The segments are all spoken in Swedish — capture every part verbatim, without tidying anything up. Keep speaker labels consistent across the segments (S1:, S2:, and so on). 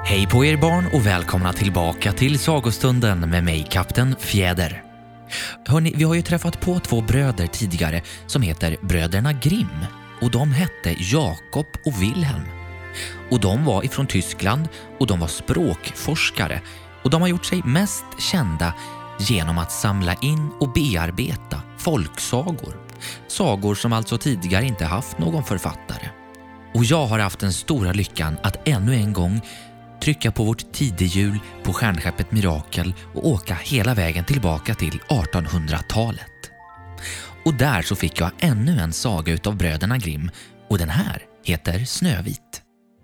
S1: Hej på er barn och välkomna tillbaka till sagostunden med mig, Kapten Fjäder. Hörrni, vi har ju träffat på två bröder tidigare som heter Bröderna Grimm, och de hette Jakob och Wilhelm. Och de var ifrån Tyskland och de var språkforskare, och de har gjort sig mest kända genom att samla in och bearbeta folksagor. Sagor som alltså tidigare inte haft någon författare. Och jag har haft den stora lyckan att ännu en gång trycka på vårt tidehjul på stjärnskeppet Mirakel och åka hela vägen tillbaka till artonhundratalet. Och där så fick jag ännu en saga utav Bröderna Grimm, och den här heter Snövit.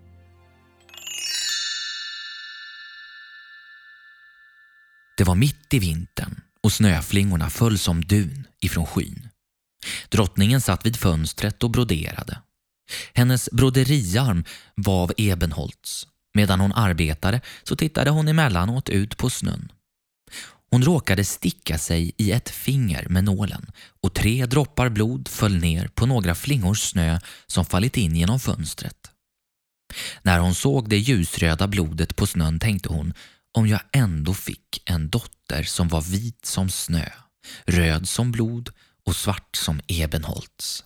S1: Det var mitt i vintern och snöflingorna föll som dun ifrån skyn. Drottningen satt vid fönstret och broderade. Hennes broderiarm var av ebenholts. Medan hon arbetade så tittade hon emellanåt ut på snön. Hon råkade sticka sig i ett finger med nålen, och tre droppar blod föll ner på några flingor snö som fallit in genom fönstret. När hon såg det ljusröda blodet på snön tänkte hon, om jag ändå fick en dotter som var vit som snö, röd som blod och svart som ebenholts.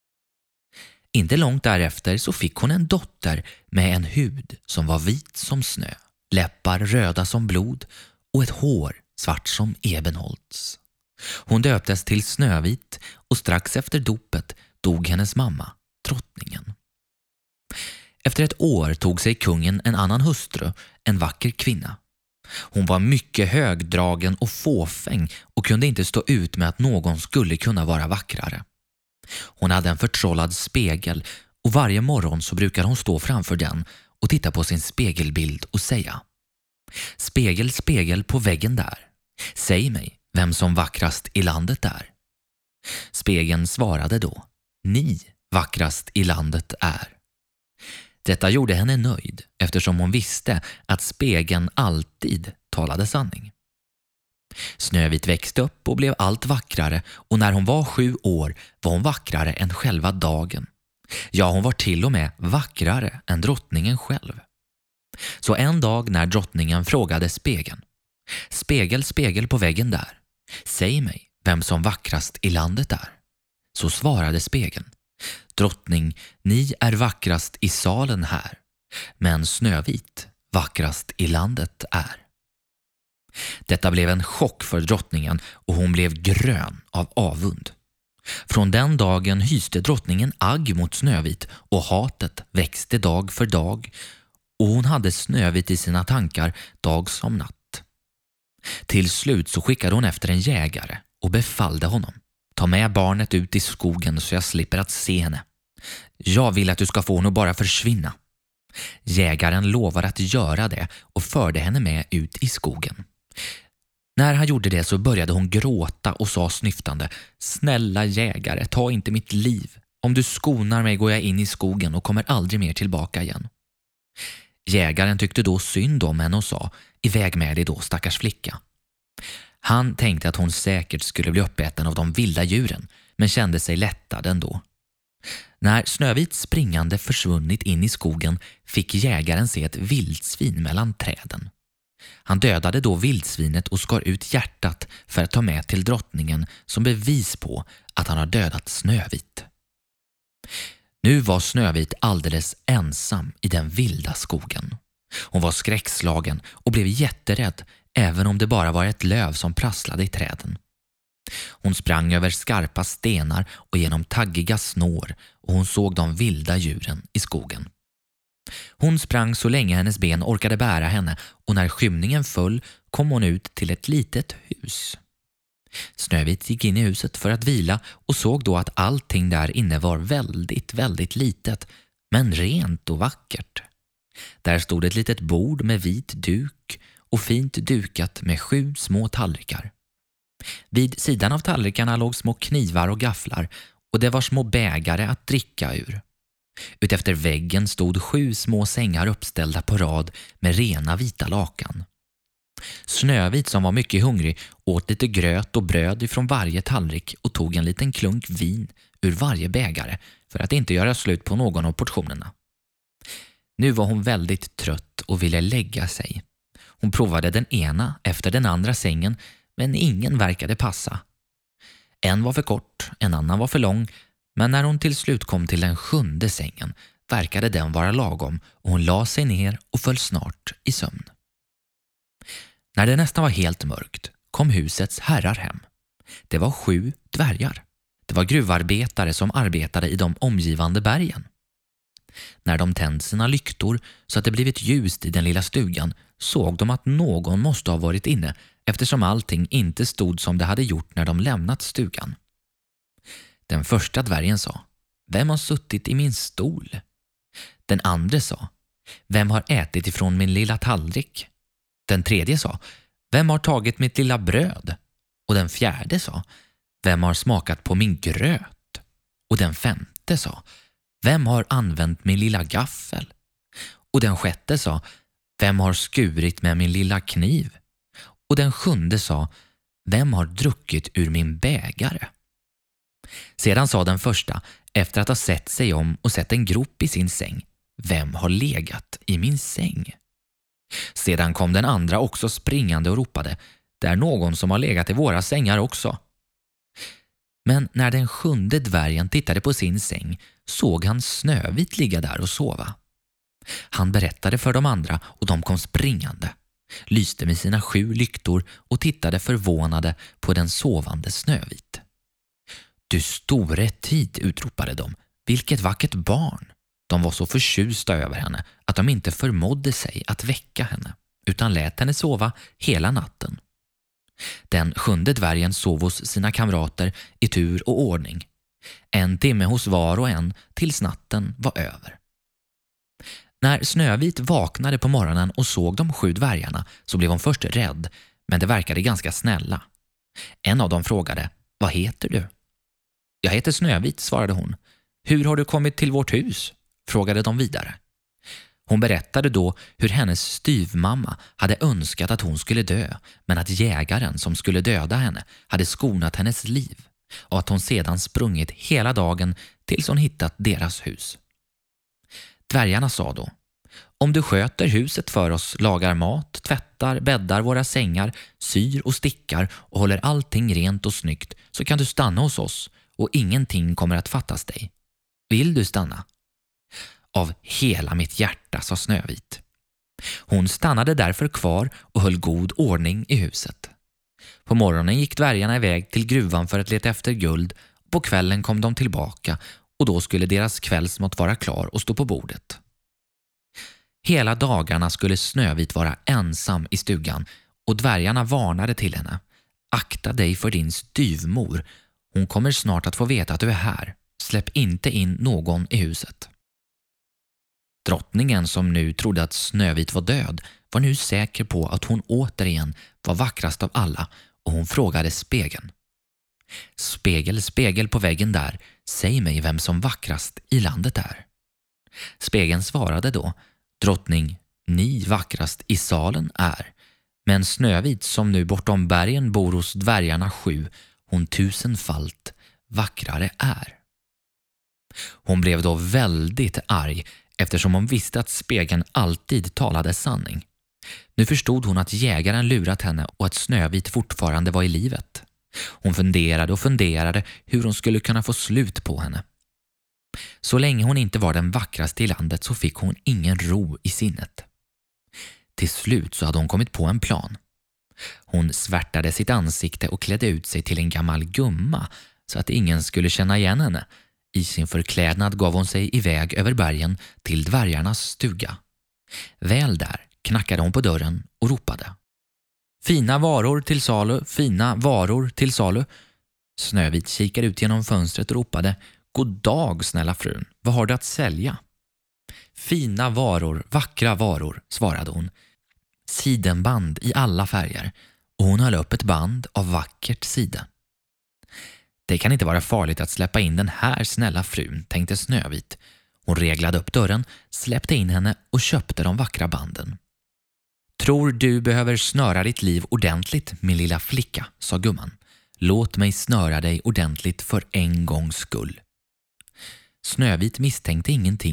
S1: Inte långt därefter så fick hon en dotter med en hud som var vit som snö, läppar röda som blod och ett hår svart som ebenholts. Hon döptes till Snövit, och strax efter dopet dog hennes mamma, drottningen. Efter ett år tog sig kungen en annan hustru, en vacker kvinna. Hon var mycket högdragen och fåfäng och kunde inte stå ut med att någon skulle kunna vara vackrare. Hon hade en förtrollad spegel, och varje morgon så brukade hon stå framför den och titta på sin spegelbild och säga: Spegel, spegel på väggen där, säg mig vem som vackrast i landet är. Spegeln svarade då: Ni vackrast i landet är. Detta gjorde henne nöjd, eftersom hon visste att spegeln alltid talade sanning. Snövit växte upp och blev allt vackrare, och när hon var sju år var hon vackrare än själva dagen. Ja, hon var till och med vackrare än drottningen själv. Så en dag när drottningen frågade spegeln: Spegel, spegel på väggen där, säg mig vem som vackrast i landet är. Så svarade spegeln: Drottning, ni är vackrast i salen här, men Snövit vackrast i landet är. Detta blev en chock för drottningen, och hon blev grön av avund. Från den dagen hyste drottningen agg mot Snövit, och hatet växte dag för dag, och hon hade Snövit i sina tankar dag som natt. Till slut så skickade hon efter en jägare och befallde honom: Ta med barnet ut i skogen så jag slipper att se henne. Jag vill att du ska få henne att bara försvinna. Jägaren lovade att göra det och förde henne med ut i skogen. När han gjorde det så började hon gråta och sa snyftande: Snälla jägare, ta inte mitt liv. Om du skonar mig går jag in i skogen och kommer aldrig mer tillbaka igen. Jägaren tyckte då synd om henne och sa: Iväg med dig då, stackars flicka. Han tänkte att hon säkert skulle bli uppäten av de vilda djuren, men kände sig lättad ändå. När Snövit springande försvunnit in i skogen fick jägaren se ett vildsvin mellan träden. Han dödade då vildsvinet och skar ut hjärtat för att ta med till drottningen som bevis på att han har dödat Snövit. Nu var Snövit alldeles ensam i den vilda skogen. Hon var skräckslagen och blev jätterädd, även om det bara var ett löv som prasslade i träden. Hon sprang över skarpa stenar och genom taggiga snår, och hon såg de vilda djuren i skogen. Hon sprang så länge hennes ben orkade bära henne, och när skymningen föll kom hon ut till ett litet hus. Snövit gick in i huset för att vila och såg då att allting där inne var väldigt, väldigt litet, men rent och vackert. Där stod ett litet bord med vit duk och fint dukat med sju små tallrikar. Vid sidan av tallrikarna låg små knivar och gafflar, och det var små bägare att dricka ur. Utefter väggen stod sju små sängar uppställda på rad med rena vita lakan. Snövit, som var mycket hungrig, åt lite gröt och bröd ifrån varje tallrik och tog en liten klunk vin ur varje bägare för att inte göra slut på någon av portionerna. Nu var hon väldigt trött och ville lägga sig. Hon provade den ena efter den andra sängen, men ingen verkade passa. En var för kort, en annan var för lång, men när hon till slut kom till den sjunde sängen verkade den vara lagom och hon la sig ner och föll snart i sömn. När det nästan var helt mörkt kom husets herrar hem. Det var sju dvärgar. Det var gruvarbetare som arbetade i de omgivande bergen. När de tände sina lyktor så att det blivit ljust i den lilla stugan såg de att någon måste ha varit inne eftersom allting inte stod som det hade gjort när de lämnat stugan. Den första dvärgen sa: "Vem har suttit i min stol?" Den andra sa: "Vem har ätit ifrån min lilla tallrik?" Den tredje sa: "Vem har tagit mitt lilla bröd?" Och den fjärde sa: "Vem har smakat på min gröt?" Och den femte sa: "Vem har använt min lilla gaffel?" Och den sjätte sa: "Vem har skurit med min lilla kniv?" Och den sjunde sa: "Vem har druckit ur min bägare?" Sedan sa den första, efter att ha sett sig om och sett en grop i sin säng: "Vem har legat i min säng?" Sedan kom den andra också springande och ropade: "Det är någon som har legat i våra sängar också." Men när den sjunde dvärgen tittade på sin säng såg han Snövit ligga där och sova. Han berättade för de andra och de kom springande, lyste med sina sju lyktor och tittade förvånade på den sovande Snövit. "Du store tid", utropade de. "Vilket vackert barn!" De var så förtjusta över henne att de inte förmådde sig att väcka henne utan lät henne sova hela natten. Den sjunde dvärgen sov hos sina kamrater i tur och ordning. En timme hos var och en tills natten var över. När Snövit vaknade på morgonen och såg de sju dvärgarna så blev hon först rädd, men det verkade ganska snälla. En av dem frågade: "Vad heter du?" "Jag heter Snövit", svarade hon. "Hur har du kommit till vårt hus?" frågade de vidare. Hon berättade då hur hennes styvmamma hade önskat att hon skulle dö, men att jägaren som skulle döda henne hade skonat hennes liv och att hon sedan sprungit hela dagen tills hon hittat deras hus. Dvärgarna sa då: "Om du sköter huset för oss, lagar mat, tvättar, bäddar våra sängar, syr och stickar och håller allting rent och snyggt, så kan du stanna hos oss och ingenting kommer att fattas dig. Vill du stanna?" "Av hela mitt hjärta", sa Snövit. Hon stannade därför kvar och höll god ordning i huset. På morgonen gick dvärgarna iväg till gruvan för att leta efter guld. På kvällen kom de tillbaka och då skulle deras kvällsmat vara klar och stå på bordet. Hela dagarna skulle Snövit vara ensam i stugan och dvärgarna varnade till henne: "Akta dig för din styvmor. Hon kommer snart att få veta att du är här. Släpp inte in någon i huset." Drottningen, som nu trodde att Snövit var död, var nu säker på att hon återigen var vackrast av alla och hon frågade spegeln: "Spegel, spegel på väggen där, säg mig vem som vackrast i landet är." Spegeln svarade då: "Drottning, ni vackrast i salen är, men Snövit som nu bortom bergen bor hos dvärgarna sju, hon tusenfalt vackrare är." Hon blev då väldigt arg eftersom hon visste att spegeln alltid talade sanning. Nu förstod hon att jägaren lurat henne och att Snövit fortfarande var i livet. Hon funderade och funderade hur hon skulle kunna få slut på henne. Så länge hon inte var den vackraste i landet så fick hon ingen ro i sinnet. Till slut så hade hon kommit på en plan. Hon svärtade sitt ansikte och klädde ut sig till en gammal gumma så att ingen skulle känna igen henne. I sin förklädnad gav hon sig iväg över bergen till dvärgarnas stuga. Väl där knackade hon på dörren och ropade: "Fina varor till salu, fina varor till salu." Snövit kikade ut genom fönstret och ropade: "God dag, snälla frun, vad har du att sälja?" "Fina varor, vackra varor", svarade hon. "Sidenband i alla färger", och hon höll upp ett band av vackert siden. Det kan inte vara farligt att släppa in den här snälla frun, tänkte Snövit. Hon reglade upp dörren, släppte in henne och köpte de vackra banden. "Tror du behöver snöra ditt liv ordentligt, min lilla flicka", sa gumman. "Låt mig snöra dig ordentligt för en gångs skull." Snövit misstänkte ingenting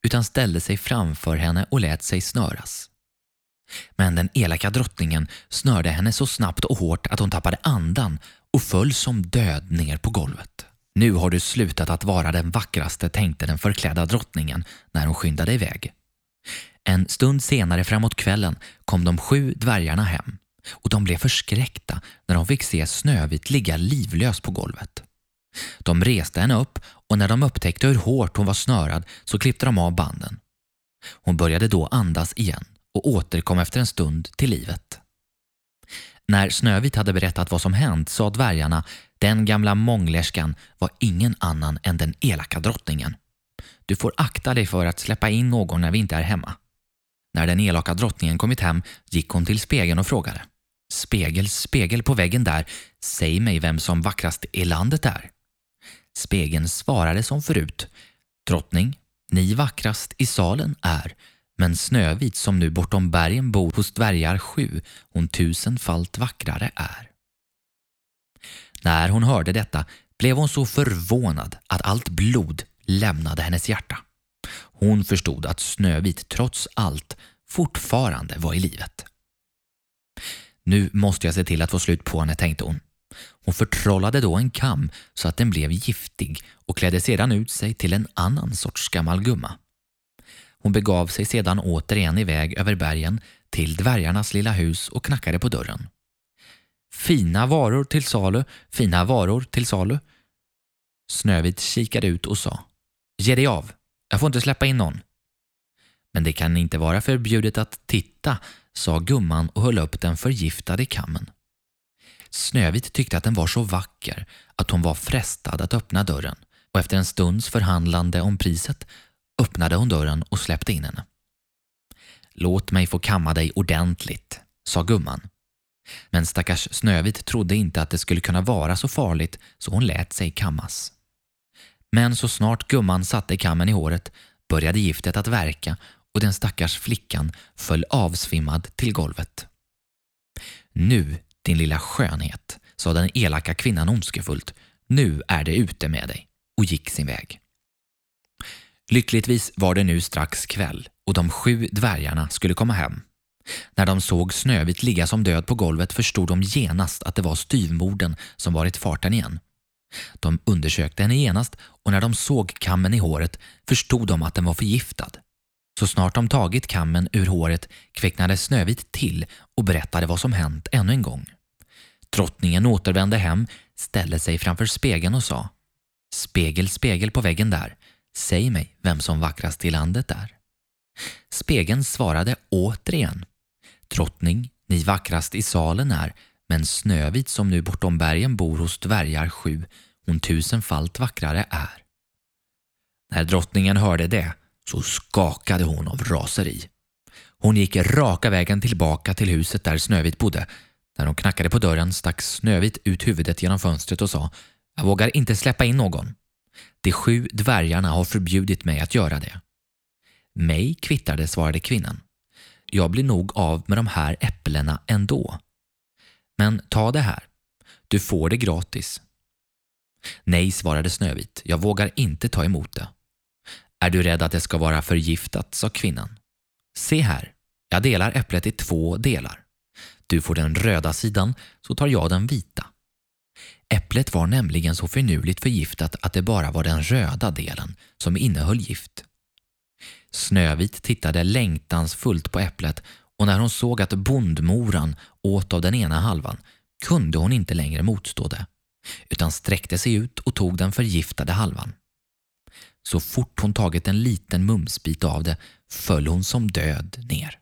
S1: utan ställde sig framför henne och lät sig snöras. Men den elaka drottningen snörde henne så snabbt och hårt att hon tappade andan och föll som död ner på golvet. Nu har du slutat att vara den vackraste, tänkte den förklädda drottningen när hon skyndade iväg. En stund senare framåt kvällen kom de sju dvärgarna hem och de blev förskräckta när de fick se Snövit ligga livlös på golvet. De reste henne upp och när de upptäckte hur hårt hon var snörad så klippte de av banden. Hon började då andas igen och återkom efter en stund till livet. När Snövit hade berättat vad som hänt sa dvärgarna: den gamla månglerskan var ingen annan än den elaka drottningen. Du får akta dig för att släppa in någon när vi inte är hemma. När den elaka drottningen kommit hem gick hon till spegeln och frågade: spegel, spegel på väggen där, säg mig vem som vackrast i landet är. Spegeln svarade som förut: drottning, ni vackrast i salen är, men Snövit som nu bortom bergen bor hos dvärgar sju, hon tusenfalt vackrare är. När hon hörde detta blev hon så förvånad att allt blod lämnade hennes hjärta. Hon förstod att Snövit trots allt fortfarande var i livet. Nu måste jag se till att få slut på henne, tänkte hon. Hon förtrollade då en kam så att den blev giftig och klädde sedan ut sig till en annan sorts gammal gumma. Hon begav sig sedan återigen iväg över bergen till dvärgarnas lilla hus och knackade på dörren. Fina varor till salu, fina varor till salu. Snövit kikade ut och sa: ge dig av, jag får inte släppa in någon. Men det kan inte vara förbjudet att titta, sa gumman och höll upp den förgiftade kammen. Snövit tyckte att den var så vacker att hon var frestad att öppna dörren och efter en stunds förhandlande om priset öppnade hon dörren och släppte in henne. Låt mig få kamma dig ordentligt, sa gumman. Men stackars Snövit trodde inte att det skulle kunna vara så farligt så hon lät sig kammas. Men så snart gumman satte kammen i håret började giftet att verka och den stackars flickan föll avsvimmad till golvet. Nu, din lilla skönhet, sa den elaka kvinnan ondskefullt, nu är det ute med dig, och gick sin väg. Lyckligtvis var det nu strax kväll och de sju dvärgarna skulle komma hem. När de såg Snövit ligga som död på golvet förstod de genast att det var styvmorden som varit farten igen. De undersökte henne genast och när de såg kammen i håret förstod de att den var förgiftad. Så snart de tagit kammen ur håret kväcknade Snövit till och berättade vad som hänt ännu en gång. Drottningen återvände hem, ställde sig framför spegeln och sa: spegel, spegel på väggen där, säg mig vem som vackrast i landet är. Spegeln svarade återigen: drottning, ni vackrast i salen är, men Snövit som nu bortom bergen bor hos dvärgar sju, hon tusenfalt vackrare är. När drottningen hörde det så skakade hon av raseri. Hon gick raka vägen tillbaka till huset där Snövit bodde. När hon knackade på dörren stack Snövit ut huvudet genom fönstret och sa: jag vågar inte släppa in någon. De sju dvärgarna har förbjudit mig att göra det. Mig kvittar det, svarade kvinnan. Jag blir nog av med de här äpplena ändå. Men ta det här. Du får det gratis. Nej, svarade Snövit. Jag vågar inte ta emot det. Är du rädd att det ska vara förgiftat, sa kvinnan. Se här, jag delar äpplet i två delar. Du får den röda sidan så tar jag den vita. Äpplet var nämligen så finurligt förgiftat att det bara var den röda delen som innehöll gift. Snövit tittade längtansfullt på äpplet och när hon såg att bondmoran åt av den ena halvan kunde hon inte längre motstå det, utan sträckte sig ut och tog den förgiftade halvan. Så fort hon tagit en liten mumsbit av det föll hon som död ner.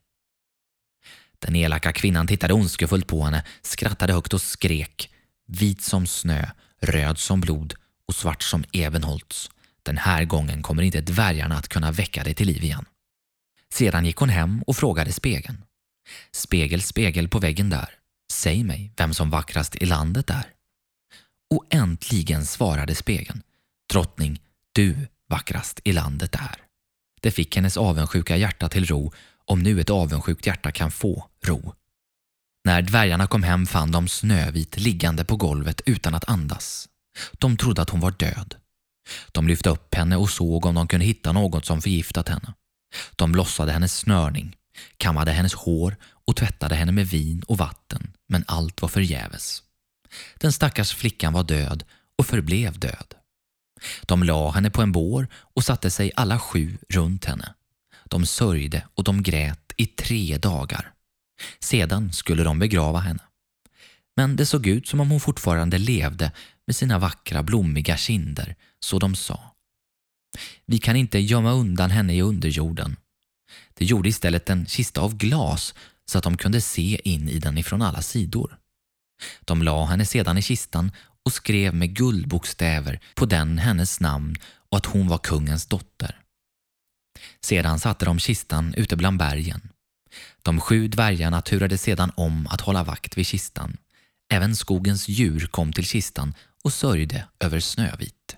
S1: Den elaka kvinnan tittade ondskefullt på henne, skrattade högt och skrek: vit som snö, röd som blod och svart som Ebenholts. Den här gången kommer inte dvärgarna att kunna väcka dig till liv igen. Sedan gick hon hem och frågade spegeln: spegel, spegel på väggen där, säg mig vem som vackrast i landet är. Och äntligen svarade spegeln: drottning, du vackrast i landet är. Det fick hennes avundsjuka hjärta till ro, om nu ett avundsjukt hjärta kan få ro. När dvärgarna kom hem fann de Snövit liggande på golvet utan att andas. De trodde att hon var död. De lyfte upp henne och såg om de kunde hitta något som förgiftat henne. De lossade hennes snörning, kammade hennes hår och tvättade henne med vin och vatten, men allt var förgäves. Den stackars flickan var död och förblev död. De la henne på en bår och satte sig alla sju runt henne. De sörjde och de grät i tre dagar. Sedan skulle de begrava henne. Men det såg ut som om hon fortfarande levde med sina vackra blommiga kinder, så de sa: vi kan inte gömma undan henne i underjorden. Det gjorde istället en kista av glas så att de kunde se in i den ifrån alla sidor. De la henne sedan i kistan och skrev med guldbokstäver på den hennes namn och att hon var kungens dotter. Sedan satte de kistan ute bland bergen. De sju dvärgarna turade sedan om att hålla vakt vid kistan. Även skogens djur kom till kistan och sörjde över Snövit.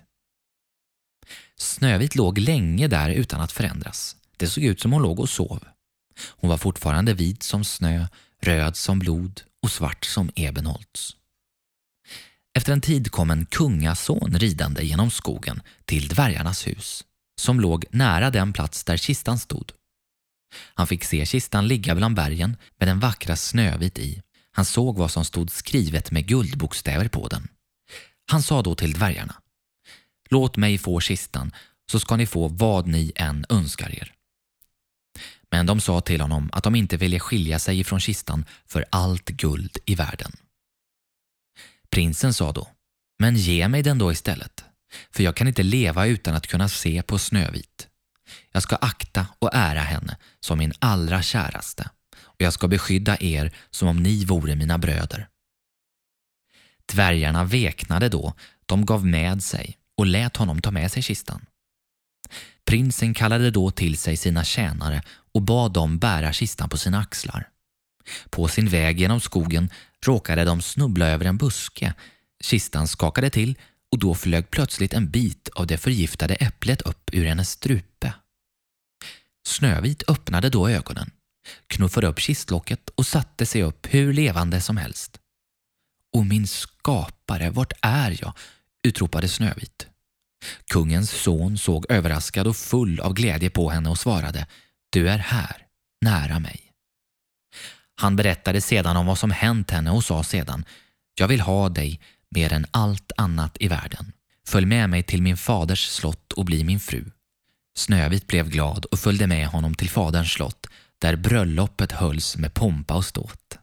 S1: Snövit låg länge där utan att förändras. Det såg ut som hon låg och sov. Hon var fortfarande vit som snö, röd som blod och svart som ebenholts. Efter en tid kom en kungason ridande genom skogen till dvärgarnas hus, som låg nära den plats där kistan stod. Han fick se kistan ligga bland bergen med den vackra Snövit i. Han såg vad som stod skrivet med guldbokstäver på den. Han sa då till dvärgarna: låt mig få kistan, så ska ni få vad ni än önskar er. Men de sa till honom att de inte ville skilja sig ifrån kistan för allt guld i världen. Prinsen sa då: men ge mig den då istället, för jag kan inte leva utan att kunna se på Snövit. Jag ska akta och ära henne som min allra käraste, och jag ska beskydda er som om ni vore mina bröder. Dvärgarna veknade då, de gav med sig och lät honom ta med sig kistan. Prinsen kallade då till sig sina tjänare och bad dem bära kistan på sina axlar. På sin väg genom skogen råkade de snubbla över en buske. Kistan skakade till och då flög plötsligt en bit av det förgiftade äpplet upp ur hennes strupe. Snövit öppnade då ögonen, knuffade upp kistlocket och satte sig upp hur levande som helst. "O min skapare, vart är jag?" utropade Snövit. Kungens son såg överraskad och full av glädje på henne och svarade: "Du är här, nära mig." Han berättade sedan om vad som hänt henne och sa sedan: "Jag vill ha dig mer än allt annat i världen. Följ med mig till min faders slott och bli min fru." Snövit blev glad och följde med honom till faderns slott, där bröllopet hölls med pompa och ståt.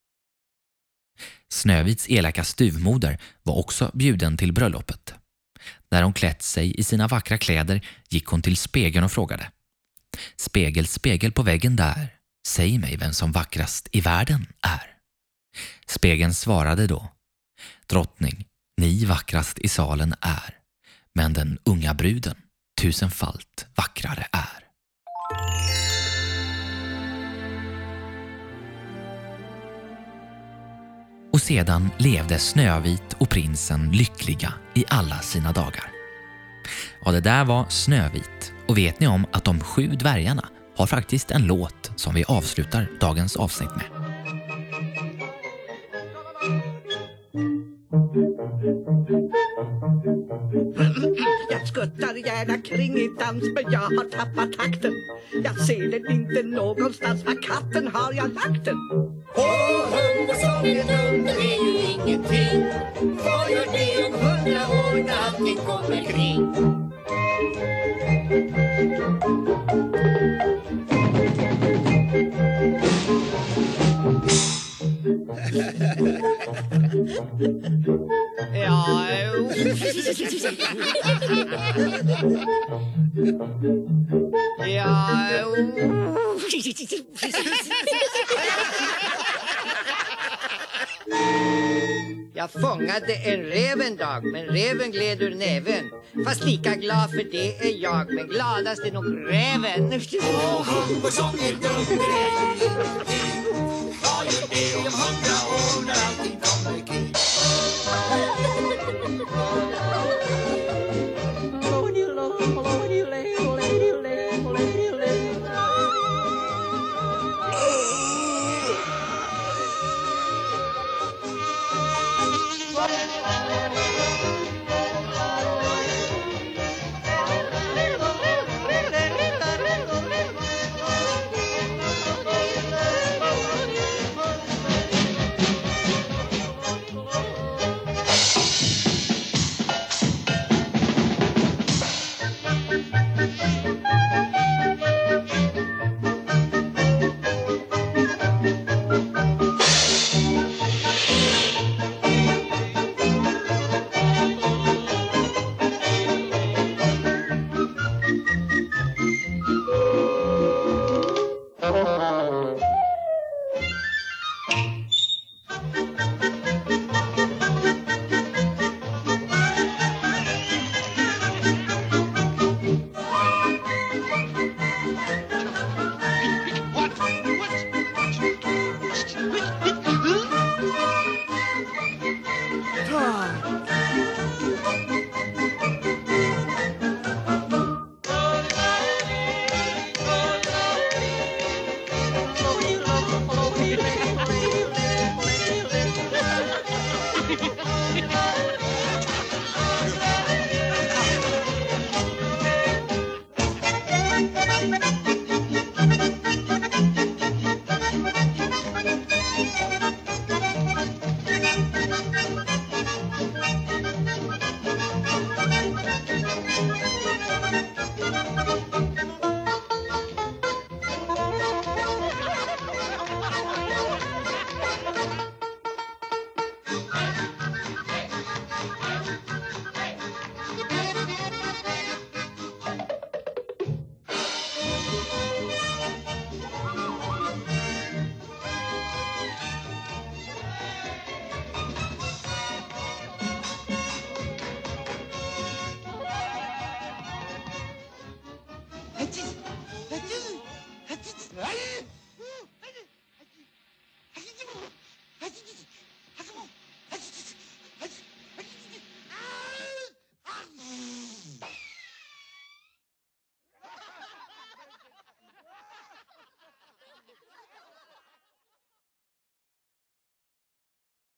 S1: Snövits elaka styvmoder var också bjuden till bröllopet. När hon klätt sig i sina vackra kläder gick hon till spegeln och frågade: "Spegel, spegel på väggen där, säg mig vem som vackrast i världen är." Spegeln svarade då: "Drottning, ni vackrast i salen är, men den unga bruden tusenfalt vackrare är." Och sedan levde Snövit och prinsen lyckliga i alla sina dagar. Ja, det där var Snövit. Och vet ni om att de sju dvärgarna har faktiskt en låt som vi avslutar dagens avsnitt med?
S2: Jag skuttar gärna kring i dans, men jag har tappat takten. Jag ser den inte någonstans, var katten har jag lagt den?
S3: Åh, hundrasången under är ju ingenting. Vad gör det om hundra år när allting kommer kring?
S2: Ja, ja. Jag fångade en rev en dag, men reven gled ur näven. Fast lika glad för det är jag, men gladast är nog räven.
S3: Åh, hundrasången under är ju ingenting. Vad gör det om hundra år när